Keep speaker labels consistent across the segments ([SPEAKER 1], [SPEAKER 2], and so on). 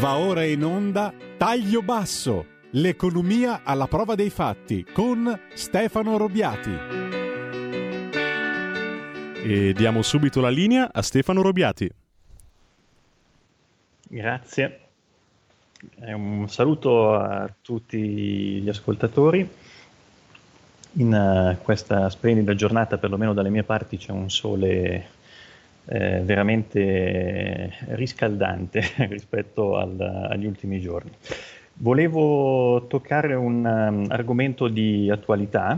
[SPEAKER 1] Va ora in onda Taglio Basso, l'economia alla prova dei fatti con Stefano Robiati.
[SPEAKER 2] E diamo subito la linea a Stefano Robiati.
[SPEAKER 3] Grazie. Un saluto a tutti gli ascoltatori. In questa splendida giornata, perlomeno dalle mie parti, c'è un sole veramente riscaldante rispetto agli ultimi giorni. Volevo toccare un argomento di attualità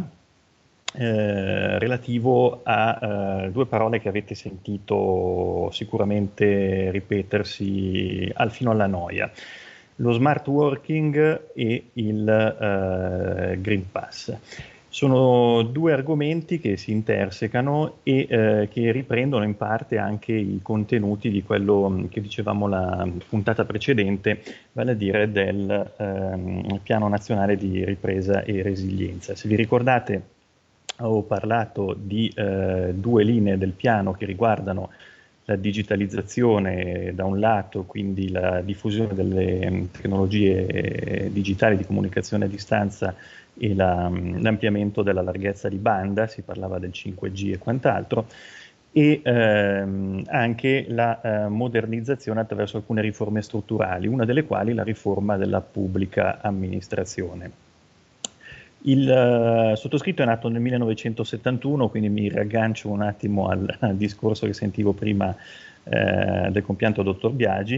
[SPEAKER 3] relativo a due parole che avete sentito sicuramente ripetersi fino alla noia: lo smart working e il Green Pass. Sono due argomenti che si intersecano e che riprendono in parte anche i contenuti di quello che dicevamo la puntata precedente, vale a dire del Piano Nazionale di Ripresa e Resilienza. Se vi ricordate, ho parlato di due linee del piano che riguardano la digitalizzazione da un lato, quindi la diffusione delle tecnologie digitali di comunicazione a distanza e l'ampliamento della larghezza di banda, si parlava del 5G e quant'altro, e anche la modernizzazione attraverso alcune riforme strutturali, una delle quali la riforma della pubblica amministrazione. Il sottoscritto è nato nel 1971, quindi mi riaggancio un attimo al discorso che sentivo prima del compianto dottor Biagi,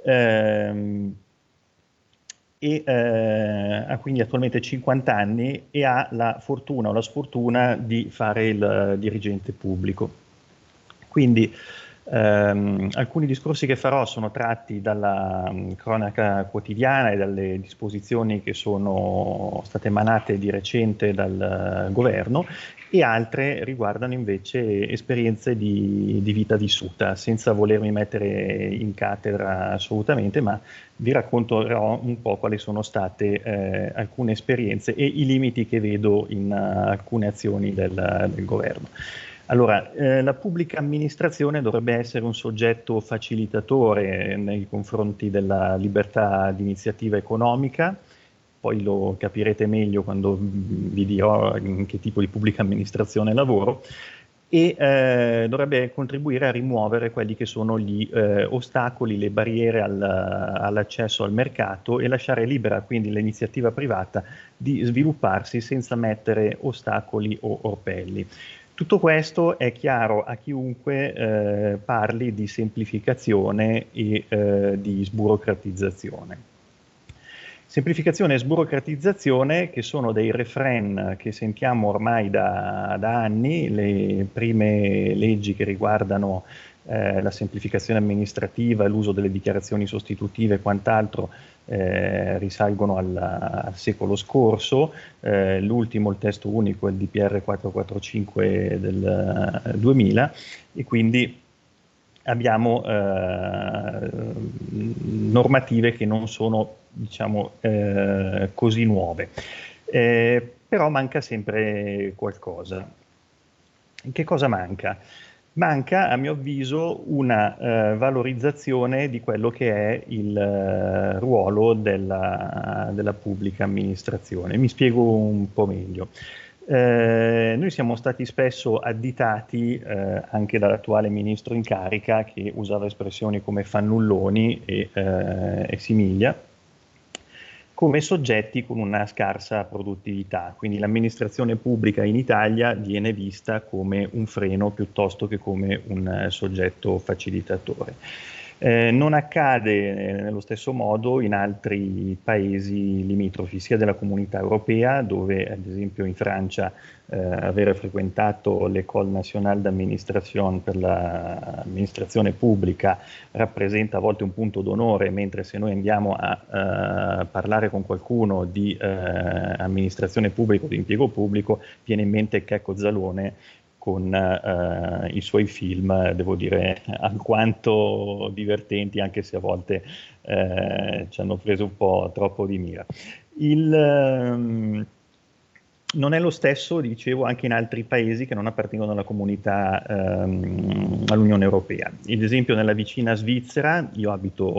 [SPEAKER 3] ha quindi attualmente 50 anni e ha la fortuna o la sfortuna di fare il dirigente pubblico. Quindi alcuni discorsi che farò sono tratti dalla cronaca quotidiana e dalle disposizioni che sono state emanate di recente dal governo, e altre riguardano invece esperienze di vita vissuta, senza volermi mettere in cattedra assolutamente, ma vi racconterò un po' quali sono state alcune esperienze e i limiti che vedo in alcune azioni del governo. Allora, la pubblica amministrazione dovrebbe essere un soggetto facilitatore nei confronti della libertà di iniziativa economica, poi lo capirete meglio quando vi dirò in che tipo di pubblica amministrazione lavoro, e dovrebbe contribuire a rimuovere quelli che sono gli ostacoli, le barriere all'accesso al mercato, e lasciare libera quindi l'iniziativa privata di svilupparsi senza mettere ostacoli o orpelli. Tutto questo è chiaro a chiunque parli di semplificazione e di sburocratizzazione. Semplificazione e sburocratizzazione, che sono dei refrain che sentiamo ormai da anni. Le prime leggi che riguardano la semplificazione amministrativa, l'uso delle dichiarazioni sostitutive e quant'altro risalgono al secolo scorso. L'ultimo, il testo unico, è il DPR 445 del 2000, e quindi abbiamo normative che non sono, diciamo, così nuove, però manca sempre qualcosa. Che cosa manca? Manca, a mio avviso, una valorizzazione di quello che è il ruolo della pubblica amministrazione. Mi spiego un po' meglio. Noi siamo stati spesso additati anche dall'attuale ministro in carica, che usava espressioni come fannulloni e simiglia, come soggetti con una scarsa produttività. Quindi l'amministrazione pubblica in Italia viene vista come un freno piuttosto che come un soggetto facilitatore. Non accade nello stesso modo in altri paesi limitrofi, sia della Comunità Europea, dove ad esempio in Francia avere frequentato l'École Nationale d'Administration per l'amministrazione pubblica rappresenta a volte un punto d'onore, mentre se noi andiamo a parlare con qualcuno di amministrazione pubblica o di impiego pubblico, viene in mente Checco Zalone con i suoi film, devo dire, alquanto divertenti, anche se a volte ci hanno preso un po' troppo di mira. Non è lo stesso, dicevo, anche in altri paesi che non appartengono alla comunità, all'Unione Europea. Ad esempio nella vicina Svizzera, io abito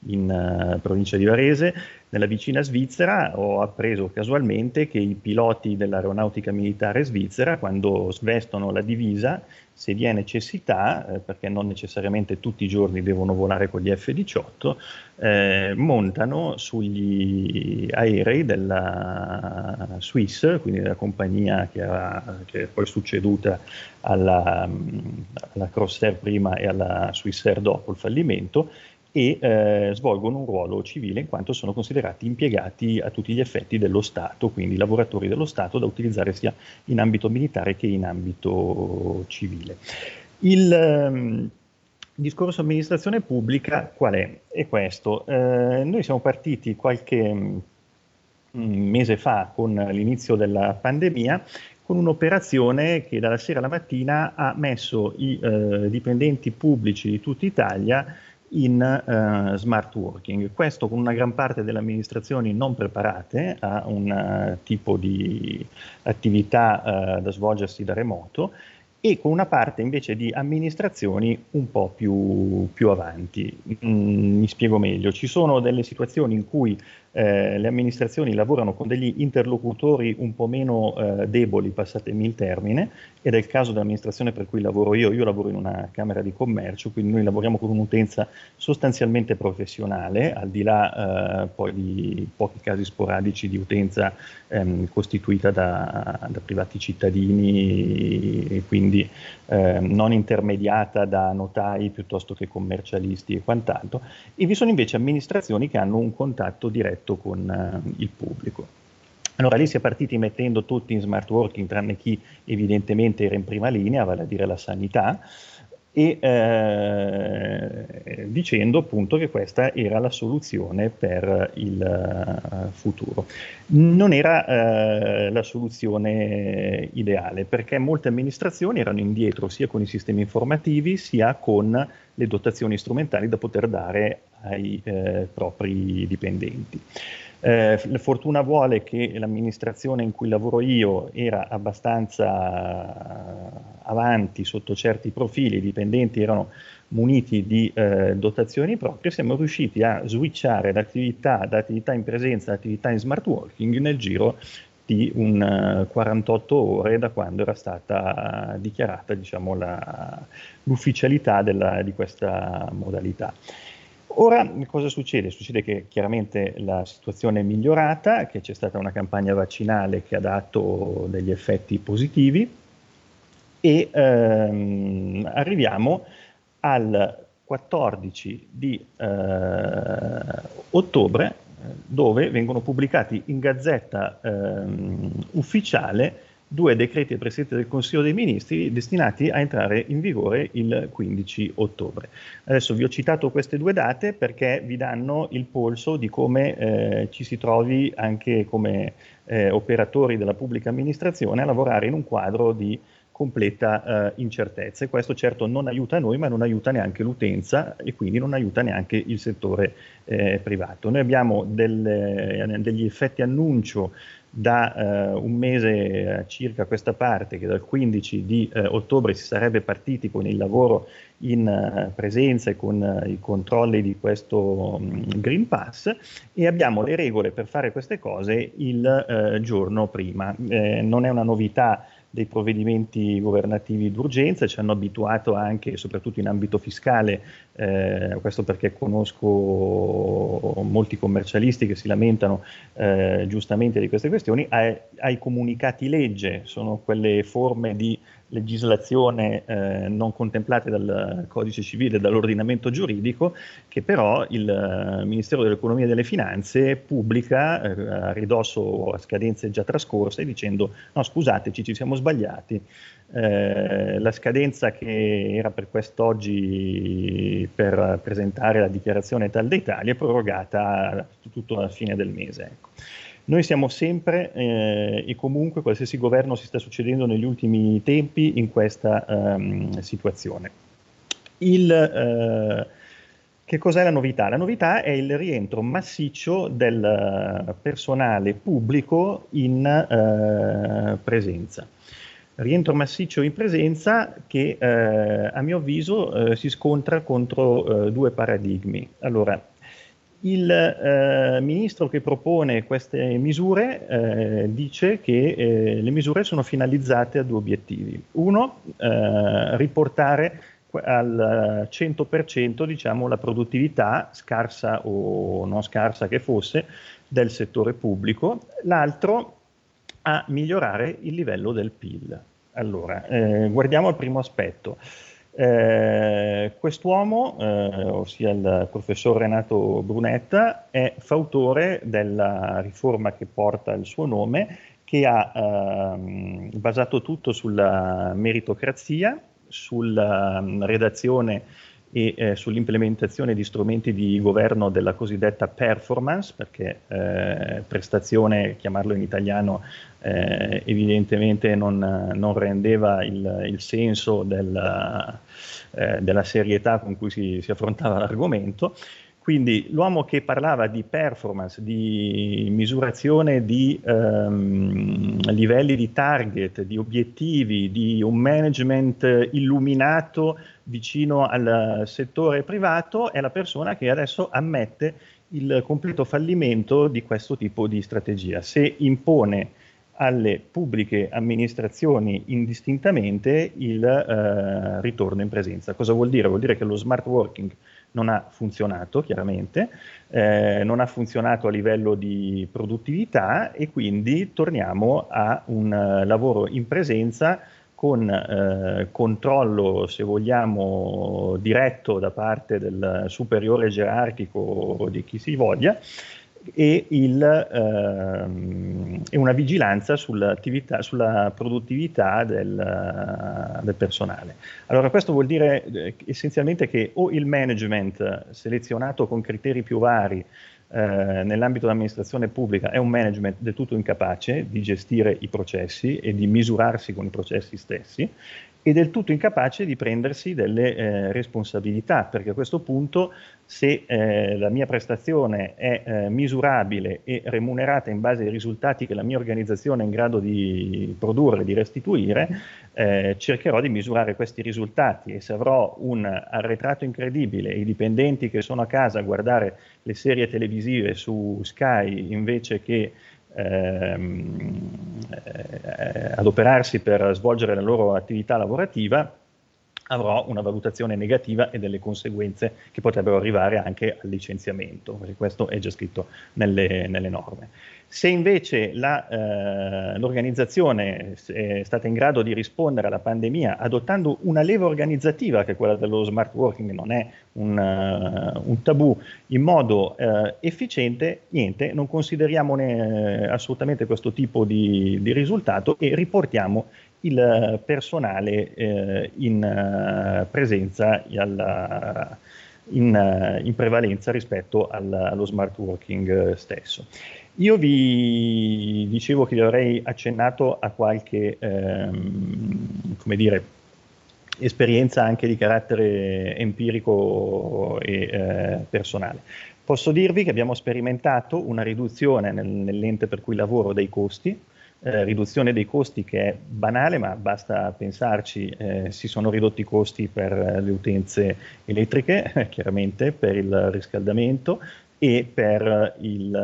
[SPEAKER 3] in provincia di Varese. Nella vicina Svizzera ho appreso casualmente che i piloti dell'aeronautica militare svizzera, quando svestono la divisa, se vi è necessità, perché non necessariamente tutti i giorni devono volare con gli F-18, montano sugli aerei della Swiss, quindi della compagnia che è poi succeduta alla Crossair prima e alla Swissair dopo il fallimento, e svolgono un ruolo civile in quanto sono considerati impiegati a tutti gli effetti dello Stato, quindi lavoratori dello Stato da utilizzare sia in ambito militare che in ambito civile. Il discorso amministrazione pubblica qual è? È questo. Noi siamo partiti qualche mese fa con l'inizio della pandemia con un'operazione che dalla sera alla mattina ha messo i dipendenti pubblici di tutta Italia in smart working, questo con una gran parte delle amministrazioni non preparate a un tipo di attività da svolgersi da remoto, e con una parte invece di amministrazioni un po' più avanti. Mi spiego meglio. Ci sono delle situazioni in cui le amministrazioni lavorano con degli interlocutori un po' meno deboli, passatemi il termine, ed è il caso dell'amministrazione per cui lavoro io. Io lavoro in una Camera di Commercio, quindi noi lavoriamo con un'utenza sostanzialmente professionale, al di là poi di pochi casi sporadici di utenza costituita da privati cittadini, e quindi non intermediata da notai piuttosto che commercialisti e quant'altro, e vi sono invece amministrazioni che hanno un contatto diretto con il pubblico. Allora lì si è partiti mettendo tutti in smart working, tranne chi evidentemente era in prima linea, vale a dire la sanità, e dicendo appunto che questa era la soluzione per il futuro. Non era la soluzione ideale, perché molte amministrazioni erano indietro sia con i sistemi informativi sia con le dotazioni strumentali da poter dare ai propri dipendenti. La fortuna vuole che l'amministrazione in cui lavoro io era abbastanza avanti sotto certi profili, i dipendenti erano muniti di dotazioni proprie, siamo riusciti a switchare da attività in presenza ad attività in smart working nel giro di 48 ore da quando era stata dichiarata, diciamo, l'ufficialità di questa modalità. Ora cosa succede? Succede che chiaramente la situazione è migliorata, che c'è stata una campagna vaccinale che ha dato degli effetti positivi, e arriviamo al 14 di ottobre, dove vengono pubblicati in Gazzetta Ufficiale 2 decreti del Presidente del Consiglio dei Ministri destinati a entrare in vigore il 15 ottobre. Adesso vi ho citato queste 2 date perché vi danno il polso di come ci si trovi anche come operatori della pubblica amministrazione a lavorare in un quadro di completa incertezza, e questo certo non aiuta noi, ma non aiuta neanche l'utenza e quindi non aiuta neanche il settore privato. Noi abbiamo degli effetti annuncio da un mese circa a questa parte, che dal 15 di ottobre si sarebbe partiti con il lavoro in presenza e con i controlli di questo Green Pass, e abbiamo le regole per fare queste cose il giorno prima. Non è una novità dei provvedimenti governativi d'urgenza, ci hanno abituato anche, soprattutto in ambito fiscale, questo perché conosco molti commercialisti che si lamentano giustamente di queste questioni, ai comunicati legge. Sono quelle forme di legislazione non contemplate dal codice civile, dall'ordinamento giuridico, che però il Ministero dell'Economia e delle Finanze pubblica a ridosso a scadenze già trascorse, dicendo: no, scusateci, ci siamo sbagliati, la scadenza che era per quest'oggi per presentare la dichiarazione tal dei tali è prorogata tutto alla fine del mese. Ecco. Noi siamo sempre e comunque, qualsiasi governo si sta succedendo negli ultimi tempi, in questa situazione. Che cos'è la novità? La novità è il rientro massiccio del personale pubblico in presenza. Rientro massiccio in presenza che a mio avviso si scontra contro 2 paradigmi. Allora, Il ministro che propone queste misure dice che le misure sono finalizzate a due obiettivi. Uno, riportare al 100%, diciamo, la produttività, scarsa o non scarsa che fosse, del settore pubblico. L'altro, a migliorare il livello del PIL. Allora, guardiamo il primo aspetto. Quest'uomo, ossia il professor Renato Brunetta, è fautore della riforma che porta il suo nome, che ha basato tutto sulla meritocrazia, sulla redazione e sull'implementazione di strumenti di governo della cosiddetta performance, perché prestazione, chiamarlo in italiano, evidentemente non rendeva il senso della serietà con cui si affrontava l'argomento. Quindi l'uomo che parlava di performance, di misurazione di livelli di target, di obiettivi, di un management illuminato vicino al settore privato, è la persona che adesso ammette il completo fallimento di questo tipo di strategia. Se impone alle pubbliche amministrazioni indistintamente il ritorno in presenza. Cosa vuol dire? Vuol dire che lo smart working non ha funzionato, chiaramente, non ha funzionato a livello di produttività e quindi torniamo a un lavoro in presenza con controllo, se vogliamo, diretto da parte del superiore gerarchico o di chi si voglia, e una vigilanza sulla produttività del personale. Allora questo vuol dire essenzialmente che o il management selezionato con criteri più vari nell'ambito dell'amministrazione pubblica è un management del tutto incapace di gestire i processi e di misurarsi con i processi stessi, e del tutto incapace di prendersi delle responsabilità, perché a questo punto, se la mia prestazione è misurabile e remunerata in base ai risultati che la mia organizzazione è in grado di produrre, di restituire, cercherò di misurare questi risultati, e se avrò un arretrato incredibile e i dipendenti che sono a casa a guardare le serie televisive su Sky invece che adoperarsi per svolgere la loro attività lavorativa, avrò una valutazione negativa e delle conseguenze che potrebbero arrivare anche al licenziamento, perché questo è già scritto nelle norme. Se invece l'organizzazione è stata in grado di rispondere alla pandemia adottando una leva organizzativa, che è quella dello smart working, non è un tabù, in modo efficiente, niente, non consideriamo assolutamente questo tipo di risultato e riportiamo il personale in presenza in prevalenza rispetto allo smart working stesso. Io vi dicevo che vi avrei accennato a qualche come dire, esperienza anche di carattere empirico e personale. Posso dirvi che abbiamo sperimentato una riduzione nell'ente per cui lavoro dei costi, riduzione dei costi che è banale, ma basta pensarci. Si sono ridotti i costi per le utenze elettriche, chiaramente per il riscaldamento e per il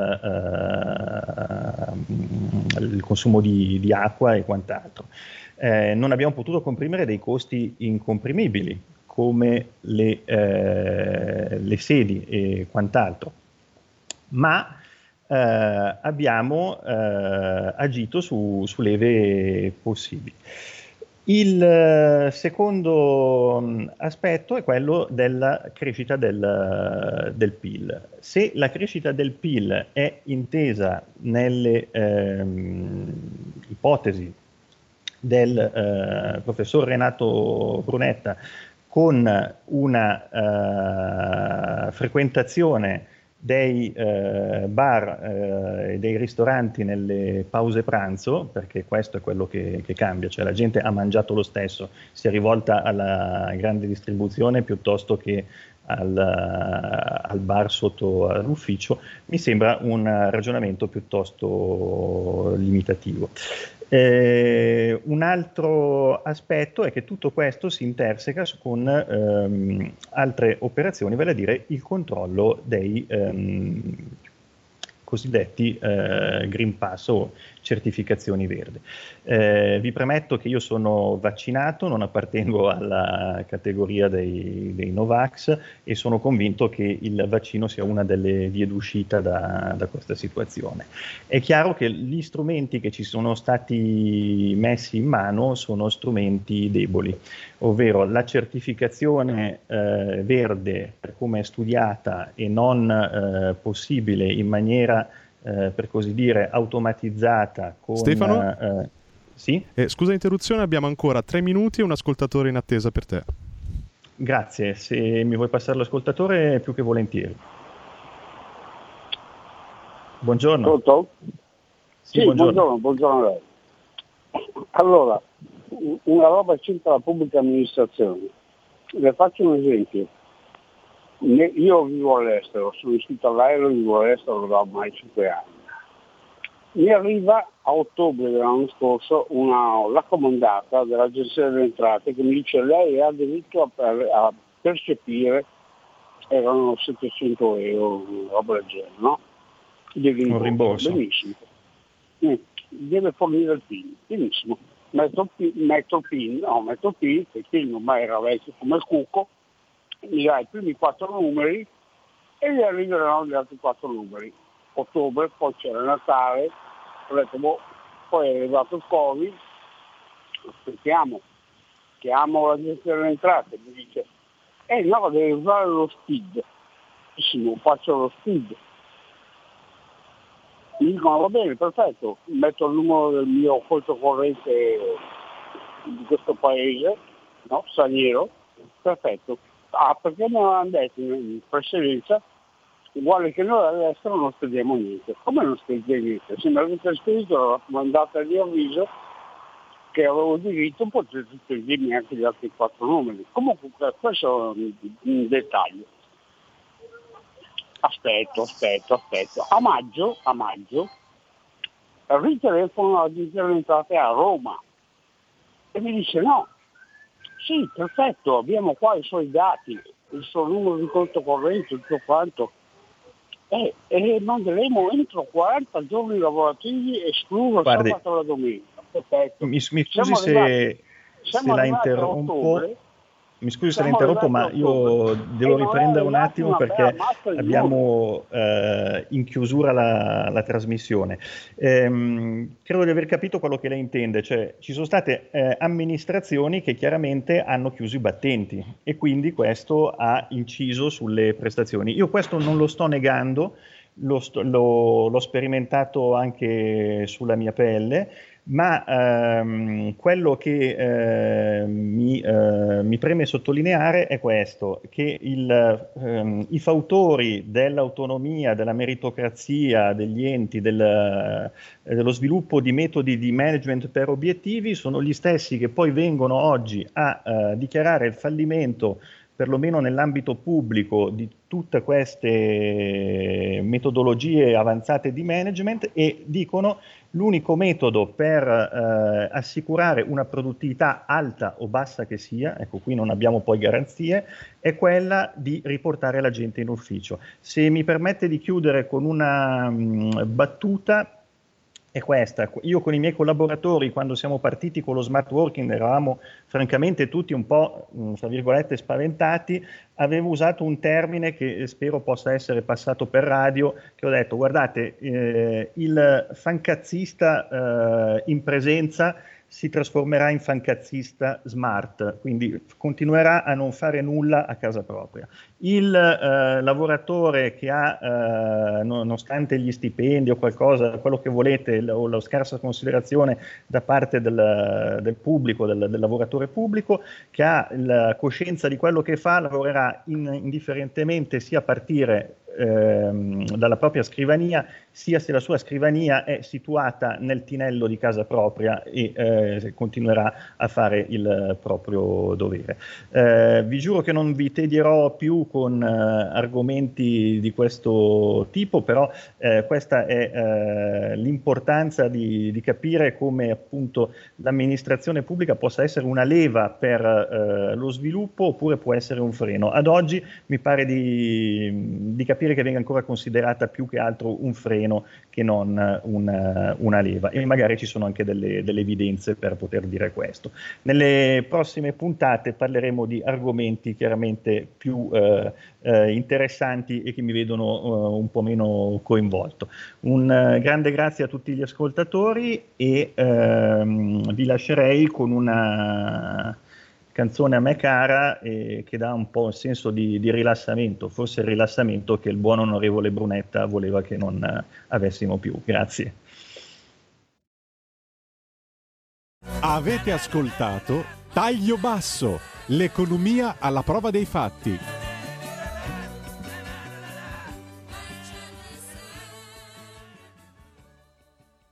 [SPEAKER 3] consumo di acqua e quant'altro. Non abbiamo potuto comprimere dei costi incomprimibili come le sedi e quant'altro, ma abbiamo agito su leve possibili. Il secondo aspetto è quello della crescita del PIL. Se la crescita del PIL è intesa nelle ipotesi del professor Renato Brunetta con una frequentazione dei bar e dei ristoranti nelle pause pranzo, perché questo è quello che cambia, cioè la gente ha mangiato lo stesso, si è rivolta alla grande distribuzione piuttosto che al bar sotto all'ufficio, mi sembra un ragionamento piuttosto limitativo. Un altro aspetto è che tutto questo si interseca con altre operazioni, vale a dire il controllo dei cosiddetti Green Pass o certificazioni verde. Vi premetto che io sono vaccinato, non appartengo alla categoria dei Novax e sono convinto che il vaccino sia una delle vie d'uscita da questa situazione. È chiaro che gli strumenti che ci sono stati messi in mano sono strumenti deboli, ovvero la certificazione verde, per come è studiata e non possibile in maniera per così dire automatizzata con
[SPEAKER 2] Stefano?
[SPEAKER 3] Sì?
[SPEAKER 2] Scusa l'interruzione, abbiamo ancora 3 minuti e un ascoltatore in attesa per te.
[SPEAKER 3] Grazie, se mi vuoi passare l'ascoltatore più che volentieri. Buongiorno.
[SPEAKER 4] Pronto?
[SPEAKER 3] Sì, buongiorno.
[SPEAKER 4] Buongiorno a lei. Allora, una roba circa la pubblica amministrazione. Le faccio un esempio. Io vivo all'estero, sono iscritto all'aereo, vivo all'estero da ormai 5 anni. Mi arriva a ottobre dell'anno scorso una raccomandata dell'Agenzia delle Entrate che mi dice lei ha diritto a percepire, erano 700 euro, roba del genere, no?
[SPEAKER 3] Un rimborso.
[SPEAKER 4] Benissimo. Deve fornire il PIN, benissimo. Metto il PIN, che il PIN ormai era vecchio come il cucco, mi dà i primi 4 numeri e gli arriveranno gli altri 4 numeri. Ottobre, poi c'era Natale, ho detto, poi è arrivato il Covid, aspettiamo, chiamo l'Agenzia delle Entrate, mi dice, no, devi usare lo SPID. Benissimo, faccio lo SPID. Mi dicono, va bene, perfetto, metto il numero del mio conto corrente di questo paese, no, straniero, perfetto. Perché non hanno detto in precedenza, uguale che noi all'estero non spediamo niente. Come non spediamo niente? Se mi avete scritto la raccomandata di avviso che avevo diritto, potete spedirmi anche gli altri 4 numeri. Comunque questo è un dettaglio. Aspetto. A maggio ritelefono all'Agenzia delle Entrate a Roma e mi dice no, sì, perfetto, abbiamo qua i suoi dati, il suo numero di conto corrente, tutto quanto, e manderemo entro 40 giorni lavorativi, escluso sabato e la domenica. Perfetto.
[SPEAKER 3] Mi scusi se la interrompo. Mi scusi se la interrompo, ma io devo riprendere un attimo perché abbiamo in chiusura la trasmissione. Credo di aver capito quello che lei intende, cioè ci sono state amministrazioni che chiaramente hanno chiuso i battenti e quindi questo ha inciso sulle prestazioni. Io questo non lo sto negando, l'ho sperimentato anche sulla mia pelle, ma quello che mi preme sottolineare è questo, che i fautori dell'autonomia, della meritocrazia degli enti, dello sviluppo di metodi di management per obiettivi sono gli stessi che poi vengono oggi a dichiarare il fallimento, perlomeno nell'ambito pubblico, di tutte queste metodologie avanzate di management e dicono l'unico metodo per assicurare una produttività alta o bassa che sia, ecco qui non abbiamo poi garanzie, è quella di riportare la gente in ufficio. Se mi permette di chiudere con una battuta, è questa. Io con i miei collaboratori, quando siamo partiti con lo smart working, eravamo francamente tutti un po', tra virgolette, spaventati. Avevo usato un termine che spero possa essere passato per radio, che ho detto, guardate, il fancazzista in presenza si trasformerà in fancazzista smart, quindi continuerà a non fare nulla a casa propria. Il lavoratore che ha, nonostante gli stipendi o qualcosa, quello che volete, o la scarsa considerazione da parte del pubblico, del lavoratore pubblico, che ha la coscienza di quello che fa, lavorerà indifferentemente sia a partire dalla propria scrivania, sia se la sua scrivania è situata nel tinello di casa propria e continuerà a fare il proprio dovere. Vi giuro che non vi tedierò più con argomenti di questo tipo, però questa è l'importanza di capire come appunto l'amministrazione pubblica possa essere una leva per lo sviluppo oppure può essere un freno. Ad oggi mi pare di capire che venga ancora considerata più che altro un freno che non una leva, e magari ci sono anche delle evidenze per poter dire questo. Nelle prossime puntate parleremo di argomenti chiaramente più interessanti e che mi vedono un po' meno coinvolto. Un grande grazie a tutti gli ascoltatori e vi lascerei con una canzone a me cara e che dà un po' il senso di rilassamento, forse il rilassamento che il buon onorevole Brunetta voleva che non avessimo più. Grazie.
[SPEAKER 1] Avete ascoltato Taglio Basso, l'economia alla prova dei fatti.